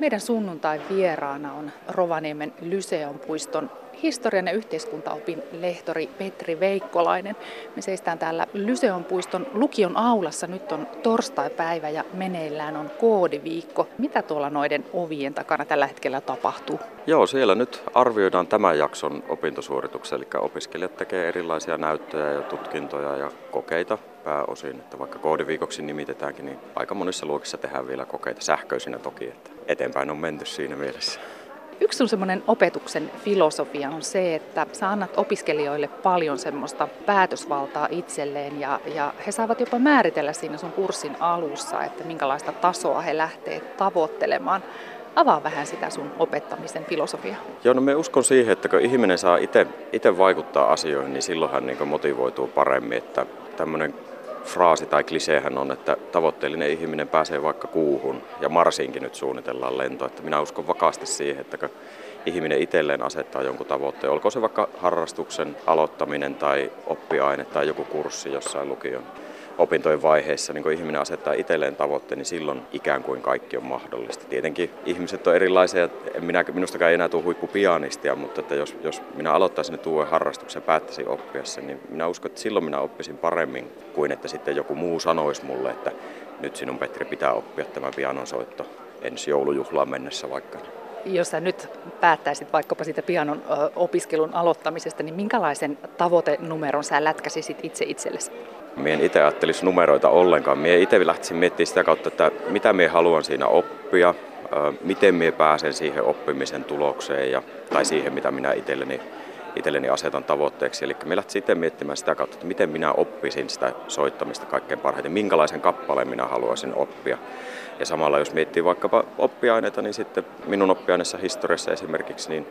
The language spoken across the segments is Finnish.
Meidän sunnuntai vieraana on Rovaniemen Lyseon puiston historian ja yhteiskuntaopin lehtori Petri Veikkolainen. Me seistään täällä Lyseon puiston lukion aulassa. Nyt on torstaipäivä ja meneillään on koodiviikko. Mitä tuolla noiden ovien takana tällä hetkellä tapahtuu? Joo, siellä nyt arvioidaan tämän jakson opintosuorituksia, eli opiskelijat tekee erilaisia näyttöjä ja tutkintoja ja kokeita pääosin. Että vaikka koodiviikoksi nimitetäänkin, niin aika monissa luokissa tehdään vielä kokeita sähköisinä toki, että eteenpäin on menty siinä mielessä. Yksi sun semmoinen opetuksen filosofia on se, että sä annat opiskelijoille paljon semmoista päätösvaltaa itselleen ja he saavat jopa määritellä siinä sun kurssin alussa, että minkälaista tasoa he lähtee tavoittelemaan. Avaa vähän sitä sun opettamisen filosofiaa. Joo, no me uskon siihen, että kun ihminen saa itse vaikuttaa asioihin, niin silloin hän niin motivoituu paremmin. Että tämmöinen fraasi tai kliseehän on, että tavoitteellinen ihminen pääsee vaikka kuuhun ja Marsiinkin nyt suunnitellaan lento. Että minä uskon vakaasti siihen, että kun ihminen itselleen asettaa jonkun tavoitteen, olkoon se vaikka harrastuksen aloittaminen tai oppiaine tai joku kurssi jossain lukion opintojen vaiheessa, niin kun ihminen asettaa itselleen tavoitteen, niin silloin ikään kuin kaikki on mahdollista. Tietenkin ihmiset on erilaisia, minustakaan ei enää tule huippupianistia, mutta että jos minä aloittaisin nyt uuden harrastuksen ja päättäisin oppia sen, niin minä uskon, että silloin minä oppisin paremmin kuin että sitten joku muu sanoisi mulle, että nyt sinun Petri pitää oppia tämä pianonsoitto ensi joulujuhlaan mennessä vaikka. Jos sä nyt päättäisit vaikkapa siitä pianon opiskelun aloittamisesta, niin minkälaisen tavoitenumeron sä lätkäsisit itse itsellesi? Mie en itse ajattelisi numeroita ollenkaan. Mie itse lähtisin miettimään sitä kautta, että mitä mie haluan siinä oppia, miten mie pääsen siihen oppimisen tulokseen tai siihen, mitä minä itselleni asetan tavoitteeksi. Eli mie lähtisin itse miettimään sitä kautta, että miten minä oppisin sitä soittamista kaikkein parhaiten, minkälaisen kappaleen minä haluaisin oppia. Ja samalla jos miettii vaikkapa oppiaineita, niin sitten minun oppiaineessa historiassa esimerkiksi, niin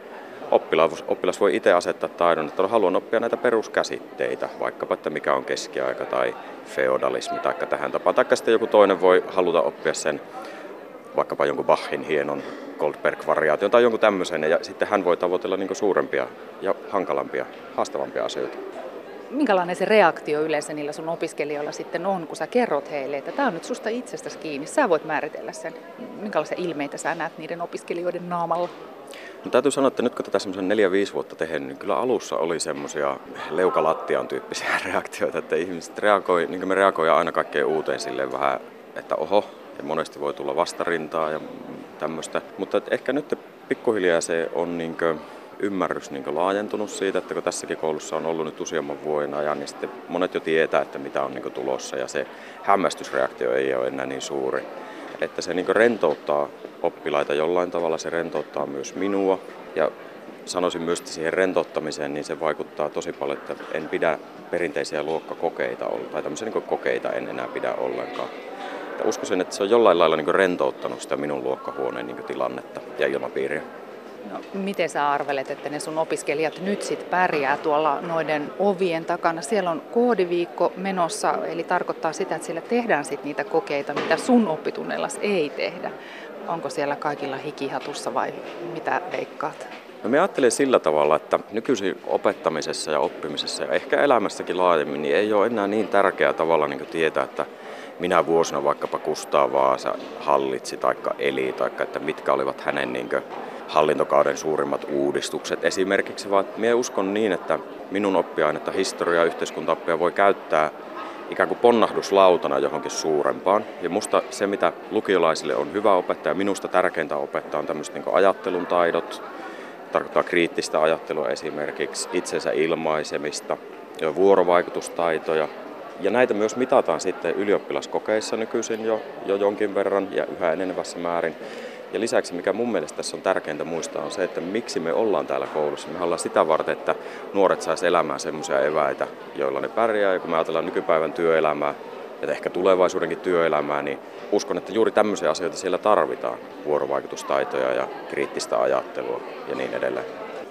oppilas voi itse asettaa taidon, että haluan oppia näitä peruskäsitteitä, vaikkapa että mikä on keskiaika tai feodalismi tai tähän tapaan. Tai sitten joku toinen voi haluta oppia sen vaikkapa jonkun Bachin hienon Goldberg-variaation tai jonkun tämmöisen, ja sitten hän voi tavoitella niin suurempia ja hankalampia, haastavampia asioita. Minkälainen se reaktio yleensä niillä sun opiskelijoilla sitten on, kun sä kerrot heille, että tämä on nyt susta itsestäsi kiinni, sä voit määritellä sen. Minkälaisia ilmeitä sä näet niiden opiskelijoiden naamalla? No, täytyy sanoa, että nyt kun tätä semmoisen 4-5 vuotta tehnyt, niin kyllä alussa oli semmoisia leukalattian tyyppisiä reaktioita, että ihmiset reagoi, niin kuin me reagoidaan aina kaikkeen uuteen silleen vähän, että oho, ja monesti voi tulla vastarintaa ja tämmöistä. Mutta ehkä nyt pikkuhiljaa se on ymmärrys laajentunut siitä, että kun tässäkin koulussa on ollut nyt useamman vuoden ajan, niin sitten monet jo tietää, että mitä on tulossa, ja se hämmästysreaktio ei ole enää niin suuri. Että se rentouttaa oppilaita jollain tavalla, se rentouttaa myös minua, ja sanoisin myös, että siihen rentouttamiseen niin se vaikuttaa tosi paljon, että en pidä perinteisiä luokkakokeita, tai tämmöisiä kokeita en enää pidä ollenkaan. Että uskoisin, että se on jollain lailla rentouttanut sitä minun luokkahuoneen tilannetta ja ilmapiiriä. No, miten sä arvelet, että ne sun opiskelijat nyt sit pärjää tuolla noiden ovien takana? Siellä on koodiviikko menossa, eli tarkoittaa sitä, että siellä tehdään sit niitä kokeita, mitä sun oppitunneillas ei tehdä. Onko siellä kaikilla hikihatussa vai mitä veikkaat? No, mä ajattelen sillä tavalla, että nykyisin opettamisessa ja oppimisessa ja ehkä elämässäkin laajemmin niin ei ole enää niin tärkeää tavalla tietää, että minä vuosina vaikkapa Kustaa Vaasa hallitsi taikka eli, taikka että mitkä olivat hänen hallintokauden suurimmat uudistukset esimerkiksi, vaan minä uskon niin, että minun oppiainetta, historiaa ja yhteiskuntaoppia voi käyttää ikään kuin ponnahduslautana johonkin suurempaan. Ja musta se, mitä lukiolaisille on hyvä opettaa ja minusta tärkeintä opettaa on tämmöiset ajattelun taidot, tarkoittaa kriittistä ajattelua esimerkiksi, itsensä ilmaisemista, vuorovaikutustaitoja. Ja näitä myös mitataan sitten ylioppilaskokeissa nykyisin jo jonkin verran ja yhä enenevässä määrin. Ja lisäksi, mikä mun mielestä tässä on tärkeintä muistaa, on se, että miksi me ollaan täällä koulussa. Me ollaan sitä varten, että nuoret sais elämään semmoisia eväitä, joilla ne pärjää. Ja kun me ajatellaan nykypäivän työelämää ja ehkä tulevaisuudenkin työelämää, niin uskon, että juuri tämmöisiä asioita siellä tarvitaan. Vuorovaikutustaitoja ja kriittistä ajattelua ja niin edelleen.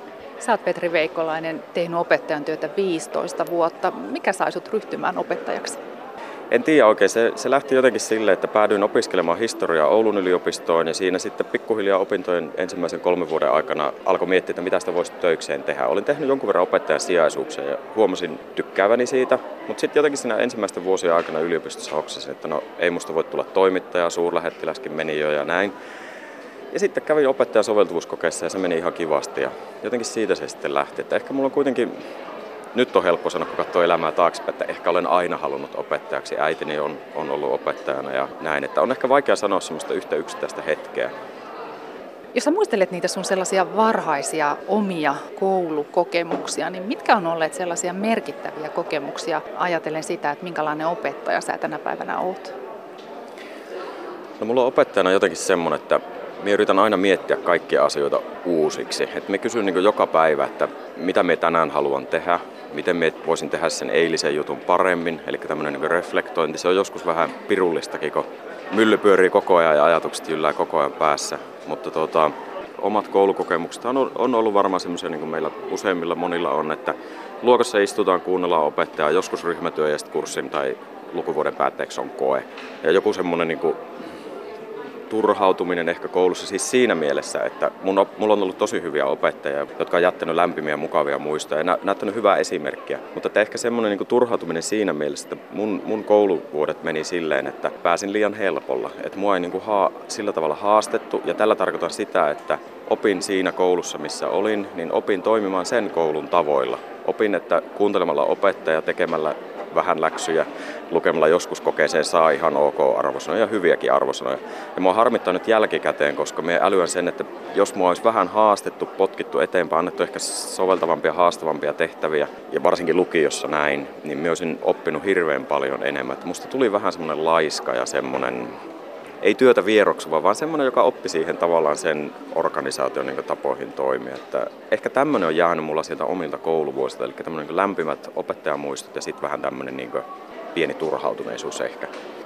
Sä oot Petri Veikkolainen tehnyt opettajan työtä 15 vuotta. Mikä sai sut ryhtymään opettajaksi? En tiedä oikein. Se lähti jotenkin silleen, että päädyin opiskelemaan historiaa Oulun yliopistoon ja siinä sitten pikkuhiljaa opintojen ensimmäisen 3 vuoden aikana alkoi miettiä, että mitä sitä voisi töikseen tehdä. Olin tehnyt jonkun verran opettajan sijaisuuksia ja huomasin tykkääväni siitä, mutta sitten jotenkin siinä ensimmäisten vuosien aikana yliopistossa hoksasin, että no ei musta voi tulla toimittaja, suurlähettiläskin meni jo ja näin. Ja sitten kävin opettajan soveltuvuuskokeessa ja se meni ihan kivasti ja jotenkin siitä se sitten lähti. Että ehkä mulla on kuitenkin, nyt on helppo sanoa, kun katsoo elämää taaksepäin, että ehkä olen aina halunnut opettajaksi. Äitini on ollut opettajana ja näin, että on ehkä vaikea sanoa semmoista yhtä yksittäistä hetkeä. Jos sä muistelet niitä sun sellaisia varhaisia omia koulukokemuksia, niin mitkä on olleet sellaisia merkittäviä kokemuksia ajatellen sitä, että minkälainen opettaja sä tänä päivänä oot? No mulla on opettajana jotenkin semmoinen, että minä yritän aina miettiä kaikkia asioita uusiksi. Että me kysyn niin joka päivä, että mitä me tänään haluan tehdä, miten me voisin tehdä sen eilisen jutun paremmin, eli tämmöinen niin reflektointi. Se on joskus vähän pirullistakin, kun mylly pyörii koko ajan ja ajatukset jyllää koko ajan päässä. Mutta omat koulukokemukset on ollut varmaan semmoisia, niin kuin meillä useimmilla monilla on, että luokassa istutaan, kuunnellaan opettajaa, joskus ryhmätyö ja sitten kurssin tai lukuvuoden päätteeksi on koe. Ja joku semmoinen niin kuin turhautuminen ehkä koulussa siis siinä mielessä, että mulla on ollut tosi hyviä opettajia, jotka on jättänyt lämpimiä mukavia muistoja ja näyttänyt hyvää esimerkkiä. Mutta että ehkä semmoinen niin kuin turhautuminen siinä mielessä, että mun kouluvuodet meni silleen, että pääsin liian helpolla. Että mua ei niin kuin sillä tavalla haastettu ja tällä tarkoitan sitä, että opin siinä koulussa, missä olin, niin opin toimimaan sen koulun tavoilla. Opin, että kuuntelemalla opettajaa, tekemällä vähän läksyjä, lukemalla joskus kokeeseen saa ihan ok-arvosanoja ja hyviäkin arvosanoja. Ja mua harmittaa nyt jälkikäteen, koska me älyän sen, että jos mua olisi vähän haastettu, potkittu eteenpäin, annettu ehkä soveltavampia, haastavampia tehtäviä, ja varsinkin lukiossa näin, niin mä olisin oppinut hirveän paljon enemmän. Että musta tuli vähän semmoinen laiska ja semmoinen, ei työtä vieroksuva, vaan semmoinen, joka oppi siihen tavallaan sen organisaation niin tapoihin toimia. Että ehkä tämmöinen on jäänyt mulla sieltä omilta kouluvuosilta, eli tämmöinen niin lämpimät opettajamuistot ja sitten vähän tämmöinen niin pieni turhautuneisuus ehkä.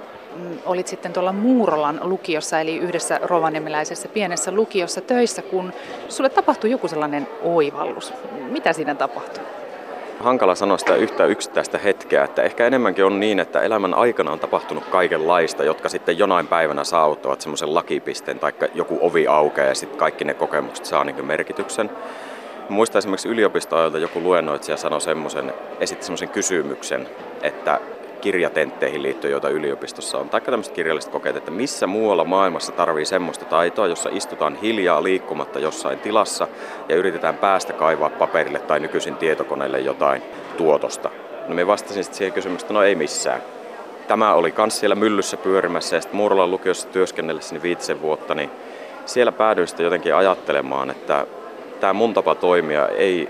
Olit sitten tuolla Muurolan lukiossa, eli yhdessä rovaniemeläisessä pienessä lukiossa töissä, kun sulle tapahtui joku sellainen oivallus. Mitä siinä tapahtui? Hankala sanoa sitä yhtä yksittäistä hetkeä, että ehkä enemmänkin on niin, että elämän aikana on tapahtunut kaikenlaista, jotka sitten jonain päivänä saavuttavat semmoisen lakipisteen tai joku ovi aukeaa ja sitten kaikki ne kokemukset saa niin merkityksen. Muistan esimerkiksi yliopistoajalta joku luennoitsija sanoi esitti semmoisen kysymyksen, että kirjatentteihin liittyen, joita yliopistossa on, tai tämmöiset kirjalliset kokeet, että missä muualla maailmassa tarvii semmoista taitoa, jossa istutaan hiljaa liikkumatta jossain tilassa ja yritetään päästä kaivaa paperille tai nykyisin tietokoneelle jotain tuotosta. No me vastasin sitten siihen kysymykseen, että no ei missään. Tämä oli kans siellä myllyssä pyörimässä ja sitten Muurolan lukiossa työskennellessäni 5 vuotta, niin siellä päädyin sitten jotenkin ajattelemaan, että tämä mun tapa toimia ei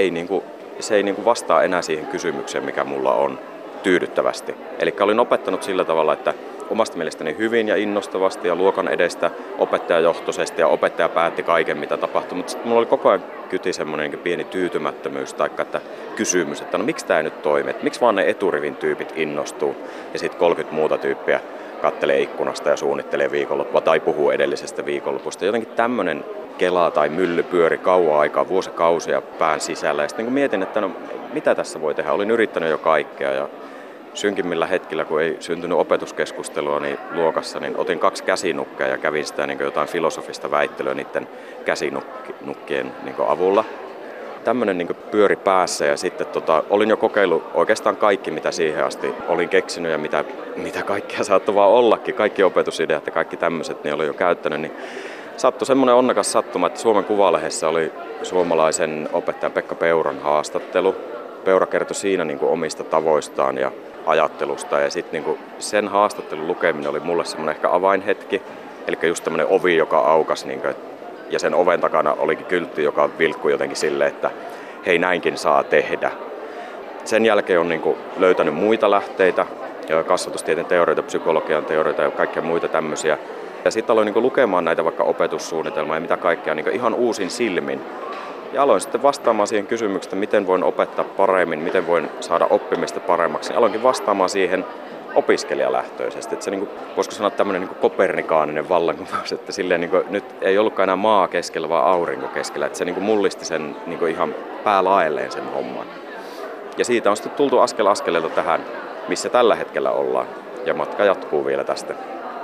vastaa enää siihen kysymykseen, mikä mulla on tyydyttävästi. Eli olin opettanut sillä tavalla, että omasta mielestäni hyvin ja innostavasti ja luokan edestä opettajajohtoisesti ja opettaja päätti kaiken, mitä tapahtui. Mutta sitten mulla oli koko ajan kyti semmoinen pieni tyytymättömyys tai että kysymys, että no miksi tämä nyt toimii, että miksi vaan ne eturivin tyypit innostuu ja sitten 30 muuta tyyppiä kattelee ikkunasta ja suunnittelee viikonloppua tai puhuu edellisestä viikonlopusta. Jotenkin tämmöinen kela tai mylly pyöri kauan aikaa, vuosikausia pään sisällä ja sitten mietin, että no mitä tässä voi tehdä. Olin yrittänyt jo kaikkea ja synkimmillä hetkillä, kun ei syntynyt opetuskeskustelua niin luokassa, niin otin 2 käsinukkeja ja kävin sitä niin jotain filosofista väittelyä niiden käsinukkien niin avulla. Tämmöinen niin pyöri päässä ja sitten olin jo kokeillut oikeastaan kaikki, mitä siihen asti olin keksinyt ja mitä kaikkea saattoi vaan ollakin. Kaikki opetusideat ja kaikki tämmöiset niin olin jo käyttänyt. Niin sattui semmoinen onnekas sattuma, että Suomen Kuvalehdessä oli suomalaisen opettajan Pekka Peuran haastattelu. Peura kertoi siinä niin omista tavoistaan ja ajattelusta ja sitten niin sen haastattelun lukeminen oli mulle semmoinen ehkä avainhetki. Eli just tämmöinen ovi, joka aukasi niin kuin, ja sen oven takana olikin kyltti, joka vilkkui jotenkin silleen, että hei näinkin saa tehdä. Sen jälkeen on niin kuin löytänyt muita lähteitä, kasvatustieteen teorioita, psykologian teorioita ja kaikkia muita tämmöisiä. Ja sitten aloin niin kuin lukemaan näitä vaikka opetussuunnitelmaa ja mitä kaikkea niin kuin ihan uusin silmin. Ja aloin sitten vastaamaan siihen kysymykseen, että miten voin opettaa paremmin, miten voin saada oppimista paremmaksi. Aloinkin vastaamaan siihen opiskelijalähtöisesti. Että se, niin kuin, voisiko sanoa tämmöinen niin kuin kopernikaaninen vallankumous, että silleen, niin kuin, nyt ei ollutkaan enää maa keskellä, vaan aurinko keskellä. Että se niin kuin mullisti sen niin kuin ihan päälaelleen sen homman. Ja siitä on sitten tultu askel askeleelta tähän, missä tällä hetkellä ollaan. Ja matka jatkuu vielä tästä.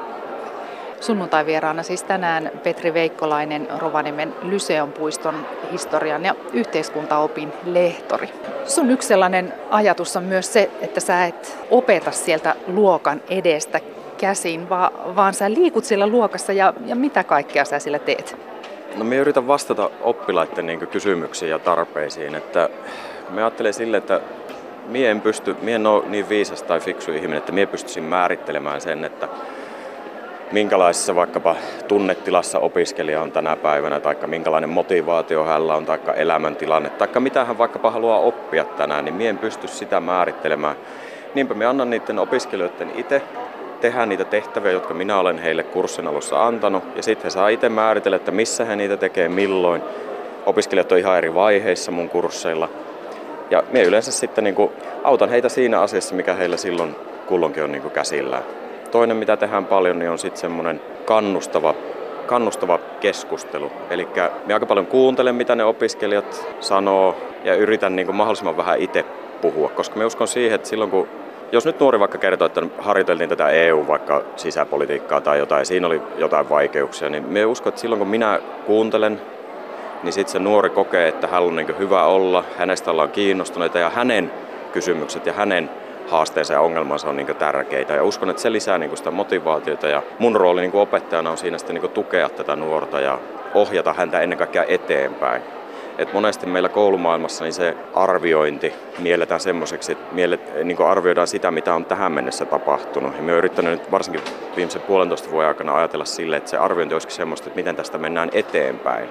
Sunnuntai-vieraana siis tänään Petri Veikkolainen, Rovaniemen Lyseon puiston historian ja yhteiskuntaopin lehtori. Sun yksi sellainen ajatus on myös se, että sä et opeta sieltä luokan edestä käsin, vaan sä liikut siellä luokassa ja mitä kaikkea sä siellä teet? No minä yritän vastata oppilaiden niin kysymyksiin ja tarpeisiin, että me ajattelen sille, että minä en ole niin viisas tai fiksu ihminen, että minä pystyisin määrittelemään sen, että minkälaisessa vaikkapa tunnetilassa opiskelija on tänä päivänä, tai minkälainen motivaatio hänellä on, tai elämäntilanne, tai mitä hän vaikkapa haluaa oppia tänään, niin minä en pysty sitä määrittelemään. Niinpä minä annan niiden opiskelijoiden itse tehdä niitä tehtäviä, jotka minä olen heille kurssin alussa antanut, ja sitten he saa itse määritellä, että missä he niitä tekee, milloin. Opiskelijat on ihan eri vaiheissa mun kursseilla. Ja minä yleensä sitten niin autan heitä siinä asiassa, mikä heillä silloin kulloinkin on niin käsillään. Toinen, mitä tehdään paljon, niin on sitten semmoinen kannustava keskustelu. Eli minä aika paljon kuuntelen, mitä ne opiskelijat sanoo, ja yritän niin mahdollisimman vähän itse puhua. Koska minä uskon siihen, että silloin kun jos nyt nuori vaikka kertoo, että harjoiteltiin tätä EU vaikka sisäpolitiikkaa tai jotain, ja siinä oli jotain vaikeuksia, niin minä uskon, että silloin kun minä kuuntelen, niin sitten se nuori kokee, että hän on niin hyvä olla, hänestä ollaan kiinnostuneita ja hänen kysymykset ja hänen haasteensa ja ongelmansa on niin tärkeitä. Ja uskon, että se lisää niin sitä motivaatiota ja mun rooli niin opettajana on siinä sitten niin tukea tätä nuorta ja ohjata häntä ennen kaikkea eteenpäin. Et monesti meillä koulumaailmassa niin se arviointi mielletään semmoiseksi, että niin arvioidaan sitä, mitä on tähän mennessä tapahtunut. Ja me olen yrittänyt nyt varsinkin viimeisen 1,5 vuoden aikana ajatella sille, että se arviointi olisikin semmoista, että miten tästä mennään eteenpäin.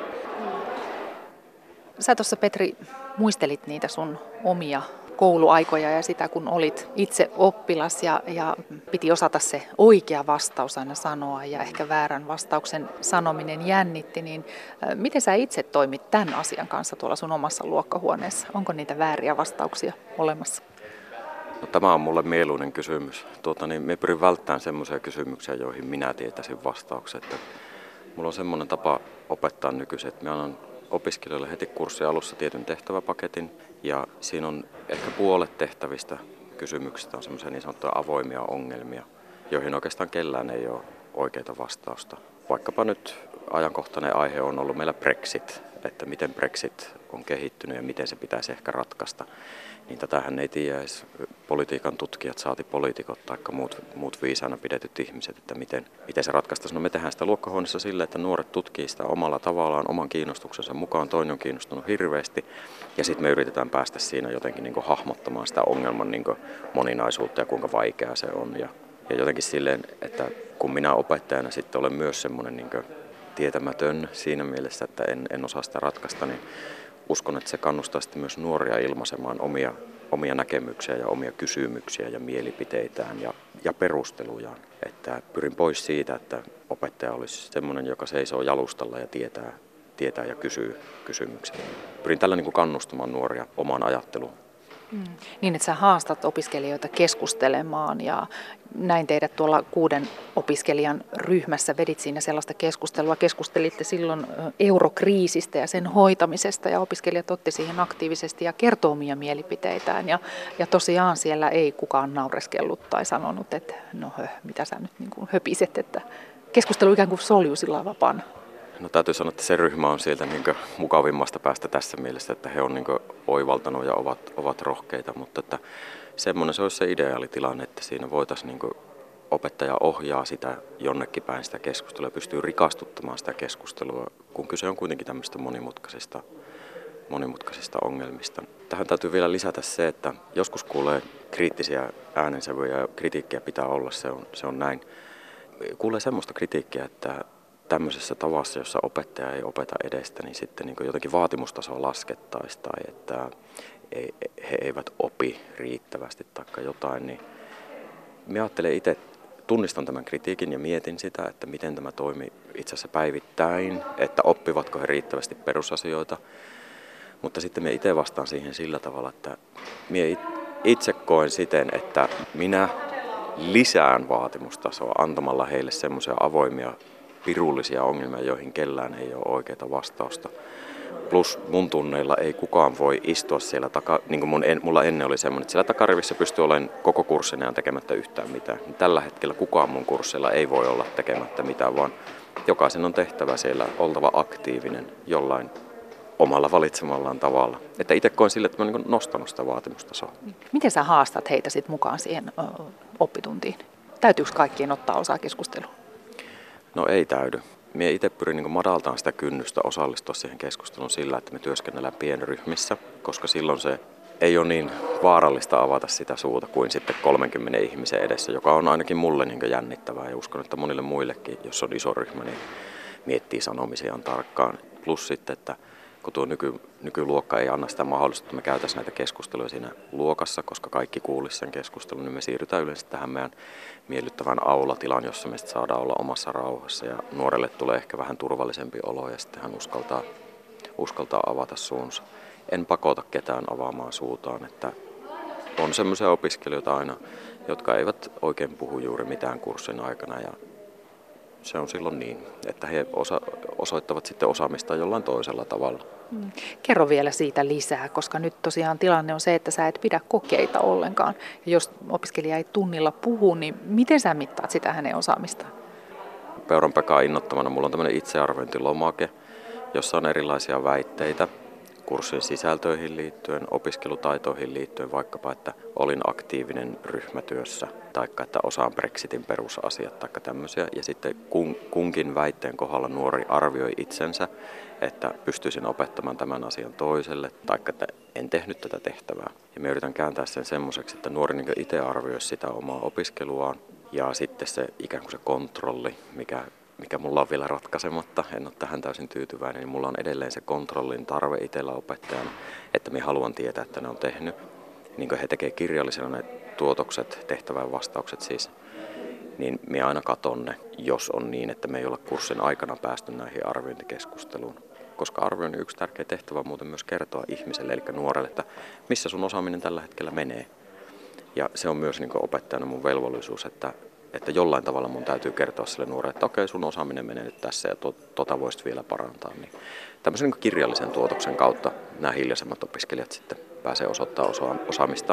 Sä tuossa, Petri, muistelit niitä sun omia kouluaikoja ja sitä, kun olit itse oppilas ja piti osata se oikea vastaus aina sanoa ja ehkä väärän vastauksen sanominen jännitti, niin miten sä itse toimit tämän asian kanssa tuolla sun omassa luokkahuoneessa? Onko niitä vääriä vastauksia olemassa? No, tämä on mulle mieluinen kysymys. Me pyrin välttämään semmoisia kysymyksiä, joihin minä tietäisin vastaukset. Mulla on semmoinen tapa opettaa nykyisin, että minä annan opiskelijoille heti kurssin alussa tietyn tehtäväpaketin, ja siinä on ehkä puolet tehtävistä kysymyksistä on semmoisia niin sanottuja avoimia ongelmia, joihin oikeastaan kellään ei ole oikeaa vastausta. Vaikkapa nyt ajankohtainen aihe on ollut meillä Brexit, että miten Brexit on kehittynyt ja miten se pitäisi ehkä ratkaista. Niin tätähän ei tiedä edes politiikan tutkijat, saati poliitikot tai muut viisaana pidetyt ihmiset, että miten se ratkaistaisiin. No me tehdään sitä luokkahuoneessa sillä, että nuoret tutkii sitä omalla tavallaan, oman kiinnostuksensa mukaan. Toinen on kiinnostunut hirveästi ja sitten me yritetään päästä siinä jotenkin niin kuin hahmottamaan sitä ongelman niin kuin moninaisuutta ja kuinka vaikeaa se on. Ja jotenkin silleen, että kun minä opettajana sitten olen myös semmoinen niin kuin tietämätön siinä mielessä, että en osaa sitä ratkaista, niin uskon, että se kannustaa sitten myös nuoria ilmaisemaan omia näkemyksiä ja omia kysymyksiä ja mielipiteitään ja perustelujaan. Että pyrin pois siitä, että opettaja olisi semmoinen, joka seisoo jalustalla ja tietää ja kysyy kysymyksiä. Pyrin tällä niin kuin kannustamaan nuoria omaan ajatteluun. Niin, että sä haastat opiskelijoita keskustelemaan ja näin teidät tuolla 6 opiskelijan ryhmässä vedit siinä sellaista keskustelua. Keskustelitte silloin eurokriisistä ja sen hoitamisesta ja opiskelijat otti siihen aktiivisesti ja kertoo omia mielipiteitään. Ja tosiaan siellä ei kukaan naureskellut tai sanonut, että no mitä sä nyt niin kuin höpiset, että keskustelu ikään kuin soljui sillä vapaana. No täytyy sanoa, että se ryhmä on sieltä niin mukavimmasta päästä tässä mielessä, että he on niin oivaltanut ja ovat rohkeita, mutta että semmoinen se olisi se ideaalitilanne, että siinä voitaisiin niin opettaja ohjaa sitä jonnekin päin sitä keskustelua ja pystyy rikastuttamaan sitä keskustelua, kun kyse on kuitenkin tämmöistä monimutkaisista ongelmista. Tähän täytyy vielä lisätä se, että joskus kuulee kriittisiä äänensävyjä ja kritiikkiä pitää olla, se on näin. Kuulee semmoista kritiikkiä, että tämmöisessä tavassa, jossa opettaja ei opeta edestä, niin sitten niin jotenkin vaatimustasoa laskettaisiin tai että he eivät opi riittävästi tai jotain, niin minä ajattelen itse, tunnistan tämän kritiikin ja mietin sitä, että miten tämä toimii itse asiassa päivittäin, että oppivatko he riittävästi perusasioita, mutta sitten minä itse vastaan siihen sillä tavalla, että minä itse koen siten, että minä lisään vaatimustasoa antamalla heille semmoisia avoimia pirullisia ongelmia, joihin kellään ei ole oikeaa vastausta. Plus mun tunneilla ei kukaan voi istua siellä niin kuin mulla ennen oli semmoinen, että siellä takarivissä pystyy olemaan koko kurssin ajan tekemättä yhtään mitään. Tällä hetkellä kukaan mun kurssilla ei voi olla tekemättä mitään, vaan jokaisen on tehtävä siellä oltava aktiivinen jollain omalla valitsemallaan tavalla. Että itse koen sille, että mä olen nostanut sitä vaatimustasoa. Miten sä haastat heitä sit mukaan siihen oppituntiin? Täytyykö kaikkien ottaa osaa keskusteluun? No ei täydy. Minä itse pyrin niin madaltamaan sitä kynnystä osallistua siihen keskusteluun sillä, että me työskennellään pienryhmissä, koska silloin se ei ole niin vaarallista avata sitä suuta kuin sitten 30 ihmisen edessä, joka on ainakin mulle niin jännittävää ja uskon, että monille muillekin, jos on iso ryhmä, niin miettii sanomisiaan tarkkaan. Plus sitten, että kun tuo nykyluokka ei anna sitä mahdollisuutta, että me käytäisiin näitä keskusteluja siinä luokassa, koska kaikki kuulisi sen keskustelun, niin me siirrytään yleensä tähän meidän miellyttävään aulatilaan, jossa me sitten saadaan olla omassa rauhassa ja nuorelle tulee ehkä vähän turvallisempi olo ja sitten hän uskaltaa avata suunsa. En pakota ketään avaamaan suutaan, että on semmoisia opiskelijoita aina, jotka eivät oikein puhu juuri mitään kurssin aikana ja se on silloin niin, että he osoittavat sitten osaamista jollain toisella tavalla. Kerro vielä siitä lisää, koska nyt tosiaan tilanne on se, että sä et pidä kokeita ollenkaan. Ja jos opiskelija ei tunnilla puhu, niin miten sä mittaat sitä hänen osaamistaan? Peuran Pekan innoittamana mulla on tämmöinen itsearviointilomake, jossa on erilaisia väitteitä kurssin sisältöihin liittyen, opiskelutaitoihin liittyen, vaikkapa, että olin aktiivinen ryhmätyössä, taikka että osaan Brexitin perusasiat, taikka tämmöisiä. Ja sitten kunkin väitteen kohdalla nuori arvioi itsensä, että pystyisin opettamaan tämän asian toiselle, taikka että en tehnyt tätä tehtävää. Ja me yritän kääntää sen semmoiseksi, että nuori niin itse arvioi sitä omaa opiskeluaan, ja sitten se ikään kuin se kontrolli, mikä mulla on vielä ratkaisematta, en ole tähän täysin tyytyväinen, niin mulla on edelleen se kontrollin tarve itsellä opettajana, että minä haluan tietää, että ne on tehnyt. Niin kuin he tekevät kirjallisena ne tuotokset, tehtävän vastaukset siis, niin minä aina katon ne, jos on niin, että me ei olla kurssin aikana päästy näihin arviointikeskusteluun. Koska arvioinnin yksi tärkeä tehtävä on muuten myös kertoa ihmiselle, eli nuorelle, että missä sun osaaminen tällä hetkellä menee. Ja se on myös niin kuin opettajana mun velvollisuus, että jollain tavalla mun täytyy kertoa sille nuorelle, että okei, sun osaaminen menee nyt tässä ja tota voisit vielä parantaa. Niin tämmöisen niin kirjallisen tuotoksen kautta nämä hiljaisemmat opiskelijat sitten pääsee osoittamaan osaamista.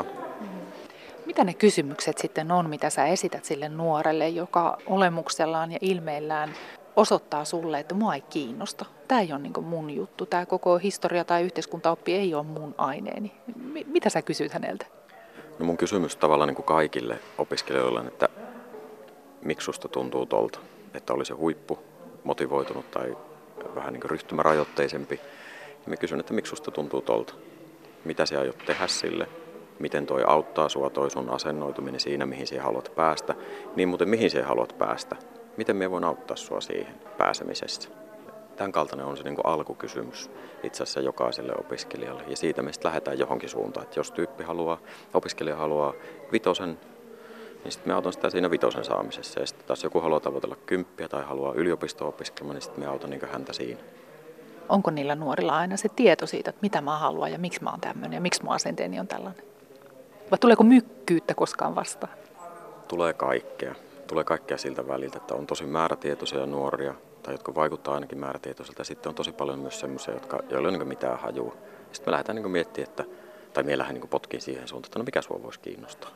Mitä ne kysymykset sitten on, mitä sä esität sille nuorelle, joka olemuksellaan ja ilmeillään osoittaa sulle, että mua ei kiinnosta. Tämä ei ole niin kuin mun juttu, tämä koko historia tai yhteiskuntaoppi ei ole mun aineeni. Mitä sä kysyt häneltä? No mun kysymys tavallaan niin kuin kaikille opiskelijoille on, että miksi susta tuntuu tolta, että olisi huippu, motivoitunut tai vähän niin kuin ryhtymärajoitteisempi. Ja mä kysyn, että miksi susta tuntuu tolta, mitä sä aiot tehdä sille, miten toi auttaa sua, toi sun asennoituminen siinä, mihin sä haluat päästä, niin muuten mihin sä haluat päästä, miten mä voin auttaa sua siihen pääsemisessä. Tämän kaltainen on se niin kuin alkukysymys itse asiassa jokaiselle opiskelijalle ja siitä me sitten lähdetään johonkin suuntaan, että jos opiskelija haluaa 5, niin sitten me autan sitä siinä 5 saamisessa. Ja sitten taas joku haluaa tavoitella 10 tai haluaa yliopisto-opiskelemaan, niin sitten me autan niin häntä siinä. Onko niillä nuorilla aina se tieto siitä, että mitä mä haluan ja miksi mä oon tämmöinen ja miksi mun asenteeni on tällainen? Vai tuleeko mykkyyttä koskaan vastaan? Tulee kaikkea. Tulee kaikkea siltä väliltä, että on tosi määrätietoisia nuoria, tai jotka vaikuttaa ainakin määrätietoisilta. Ja sitten on tosi paljon myös semmoisia, joilla ei ole mitään hajua. Sitten me lähdetään miettimään, tai me lähden potkiin siihen suuntaan, että no mikä sua voisi kiinnostaa.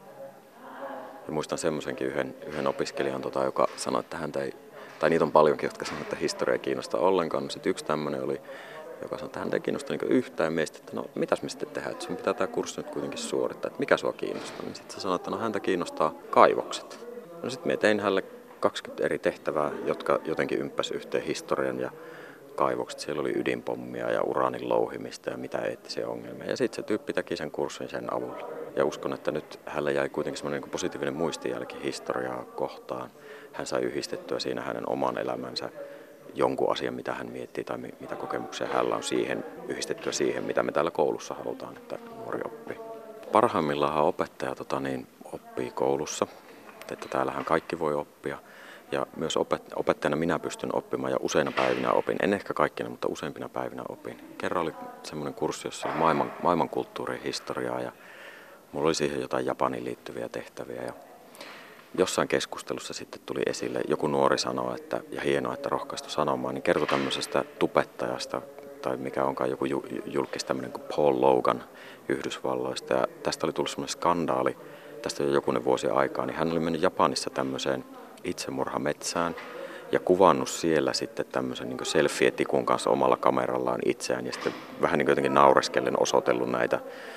Ja muistan semmoisenkin yhden opiskelijan, joka sanoi, että häntä ei, tai niitä on paljonkin, jotka sanoo, että historia ei kiinnosta ollenkaan. Sitten yksi tämmöinen oli, joka sanoi, että häntä ei kiinnosta yhtään meistä, että no mitäs me sitten tehdään, että sun pitää tämä kurssi nyt kuitenkin suorittaa, että mikä sua kiinnostaa. Niin sitten se sanoi, että no häntä kiinnostaa kaivokset. No sitten me tein hänelle 20 eri tehtävää, jotka jotenkin ympäsi yhteen historian ja kaivokset. Siellä oli ydinpommia ja uraanin louhimista ja mitä eettisiä ongelmia. Ja sitten se tyyppi teki sen kurssin sen avulla. Ja uskon, että nyt hänelle jäi kuitenkin semmoinen positiivinen muistijälki historiaa kohtaan. Hän sai yhdistettyä siinä hänen oman elämänsä jonkun asian, mitä hän miettii tai mitä kokemuksia hänellä on siihen, yhdistettyä siihen, mitä me täällä koulussa halutaan, että nuori oppii. Parhaimmillaan opettaja oppii koulussa, että täällähän kaikki voi oppia. Ja myös opettajana minä pystyn oppimaan ja useina päivinä opin. En ehkä kaikkina, mutta useimpina päivinä opin. Kerran oli semmoinen kurssi, jossa oli maailmankulttuurin historiaa ja mulla oli siihen jotain Japaniin liittyviä tehtäviä. Ja jossain keskustelussa sitten tuli esille, joku nuori sanoi, ja hienoa, että rohkaistu sanomaan, niin kertoi tämmöisestä tubettajasta, tai mikä onkaan joku julkis tämmöinen kuin Paul Logan Yhdysvalloista. Ja tästä oli tullut semmoinen skandaali, tästä jo jokunen vuosi aikaa, niin hän oli mennyt Japanissa tämmöiseen itsemurhametsään ja kuvannut siellä sitten tämmöisen niin selfie-tikun kanssa omalla kamerallaan itseään ja sitten vähän niin jotenkin naureskellen osoitellut näitä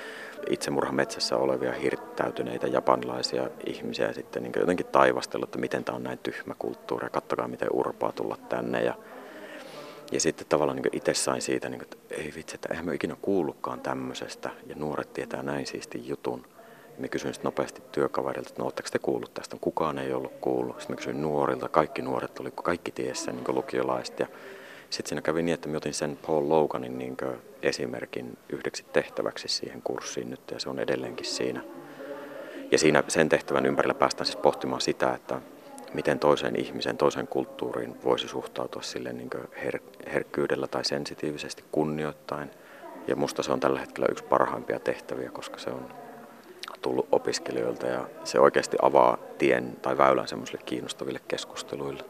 itsemurhametsässä olevia hirttäytyneitä japanilaisia ihmisiä sitten niin jotenkin taivastella, että miten tämä on näin tyhmä kulttuuri ja katsokaa miten urpaa tulla tänne. Ja sitten tavallaan niin itse sain siitä, niin kuin, että ei vitsi, että eihän me ikinä kuullutkaan tämmöisestä ja nuoret tietää näin siisti jutun. Ja me kysyin sitten nopeasti työkaverilta, että no ootteko te kuullut tästä? Kukaan ei ollut kuullut. Sitten mä kysyin nuorilta, kaikki nuoret oli, kaikki tiesi sen niin lukiolaiset. Ja sitten siinä kävi niin, että mä otin sen Paul Loganin niin esimerkin yhdeksi tehtäväksi siihen kurssiin nyt ja se on edelleenkin siinä. Ja siinä sen tehtävän ympärillä päästään siis pohtimaan sitä, että miten toiseen ihmiseen, toiseen kulttuuriin voisi suhtautua sille niin herkkyydellä tai sensitiivisesti kunnioittain. Ja musta se on tällä hetkellä yksi parhaimpia tehtäviä, koska se on tullut opiskelijoilta ja se oikeasti avaa tien tai väylän semmoisille kiinnostaville keskusteluille.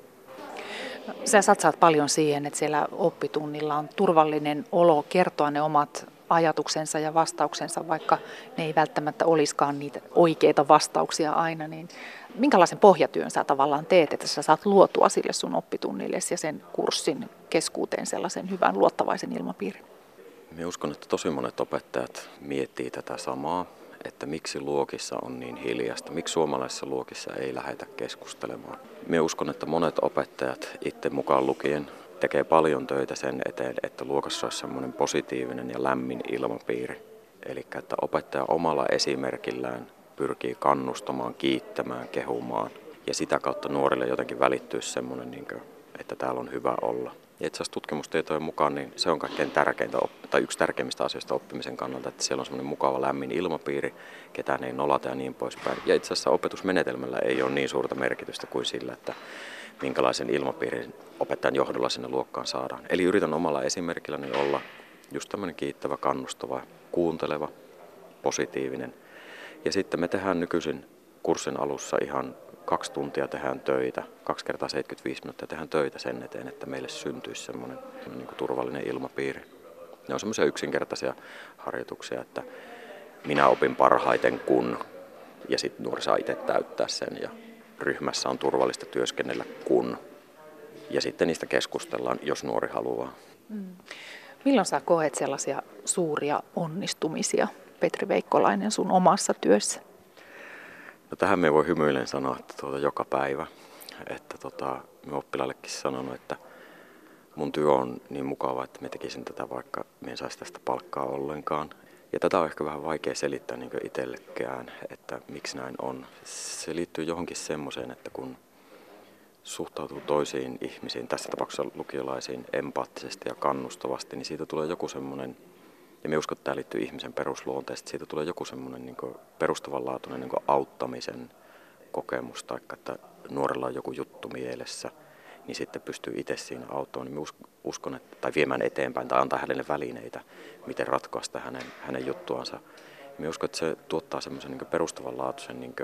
Sä satsaat paljon siihen, että siellä oppitunnilla on turvallinen olo kertoa ne omat ajatuksensa ja vastauksensa, vaikka ne ei välttämättä olisikaan niitä oikeita vastauksia aina. Niin minkälaisen pohjatyön sä tavallaan teet, että sä saat luotua sille sun oppitunnillesi ja sen kurssin keskuuteen sellaisen hyvän luottavaisen ilmapiirin? Minä uskon, että tosi monet opettajat miettii tätä samaa, että miksi luokissa on niin hiljasta, miksi suomalaisissa luokissa ei lähdetä keskustelemaan. Minä uskon, että monet opettajat itse mukaan lukien tekee paljon töitä sen eteen, että luokassa olisi semmoinen positiivinen ja lämmin ilmapiiri. Eli että opettaja omalla esimerkillään pyrkii kannustamaan, kiittämään, kehumaan ja sitä kautta nuorille jotenkin välittyisi semmoinen, että täällä on hyvä olla. Ja itse asiassa tutkimustietojen mukaan niin se on kaikkein tärkeintä, tai yksi tärkeimmistä asioista oppimisen kannalta, että siellä on semmoinen mukava lämmin ilmapiiri, ketään ei nolata ja niin poispäin. Ja itse asiassa opetusmenetelmällä ei ole niin suurta merkitystä kuin sillä, että minkälaisen ilmapiirin opettajan johdolla sinne luokkaan saadaan. Eli yritän omalla esimerkilläni olla just tämmöinen kiittävä, kannustava, kuunteleva, positiivinen. Ja sitten me tehdään nykyisin kurssin alussa ihan 2 tuntia tehdään töitä, 2 kertaa 75 minuuttia tehdään töitä sen eteen, että meille syntyisi semmoinen niin kuin turvallinen ilmapiiri. Ne on semmoisia yksinkertaisia harjoituksia, että minä opin parhaiten kun, ja sitten nuori saa itse täyttää sen, ja ryhmässä on turvallista työskennellä kun, ja sitten niistä keskustellaan, jos nuori haluaa. Milloin sä koet sellaisia suuria onnistumisia, Petri Veikkolainen, sun omassa työssä? No tähän me voi hymyillen sanoa, että joka päivä. Että mä oppilaillekin sanonut, että mun työ on niin mukava, että mä tekisin tätä, vaikka mä en saisi tästä palkkaa ollenkaan. Ja tätä on ehkä vähän vaikea selittää niin kuin itsellekään, että miksi näin on. Se liittyy johonkin semmoiseen, että kun suhtautuu toisiin ihmisiin, tässä tapauksessa lukiolaisiin, empaattisesti ja kannustavasti, niin siitä tulee joku semmoinen, ja minä uskon, että tämä liittyy ihmisen perusluonteesta, siitä tulee joku semmoinen niin kuin perustavanlaatuinen niin kuin auttamisen kokemus, tai että nuorella on joku juttu mielessä, niin sitten pystyy itse siinä auttamaan. Niin uskon, että, tai viemään eteenpäin tai antaa hänelle välineitä, miten ratkoa sitä hänen juttuansa. Minä uskon, että se tuottaa semmoisen niin perustavanlaatuisen niin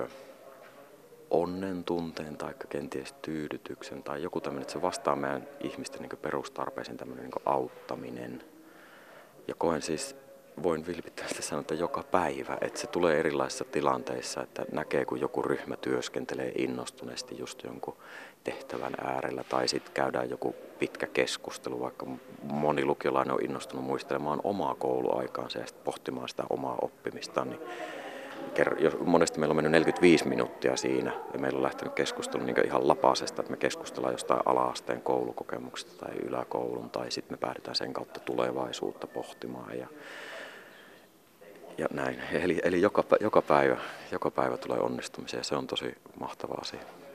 onnen tunteen tai kenties tyydytyksen tai joku tämmöinen, että se vastaa meidän ihmisten niin perustarpeisiin tämmöinen niin auttaminen. Ja koen siis, voin vilpittömästi sanoa, että joka päivä, että se tulee erilaisissa tilanteissa, että näkee, kun joku ryhmä työskentelee innostuneesti just jonkun tehtävän äärellä, tai sitten käydään joku pitkä keskustelu, vaikka moni lukiolainen on innostunut muistelemaan omaa kouluaikaansa ja sitten pohtimaan sitä omaa oppimistaan, niin monesti meillä on mennyt 45 minuuttia siinä ja meillä on lähtenyt keskustelu niin ihan lapasesta, että me keskustellaan jostain ala-asteen koulukokemuksesta tai yläkoulun tai sitten me päädytään sen kautta tulevaisuutta pohtimaan ja näin. Eli joka päivä tulee onnistumisia ja se on tosi mahtava asia.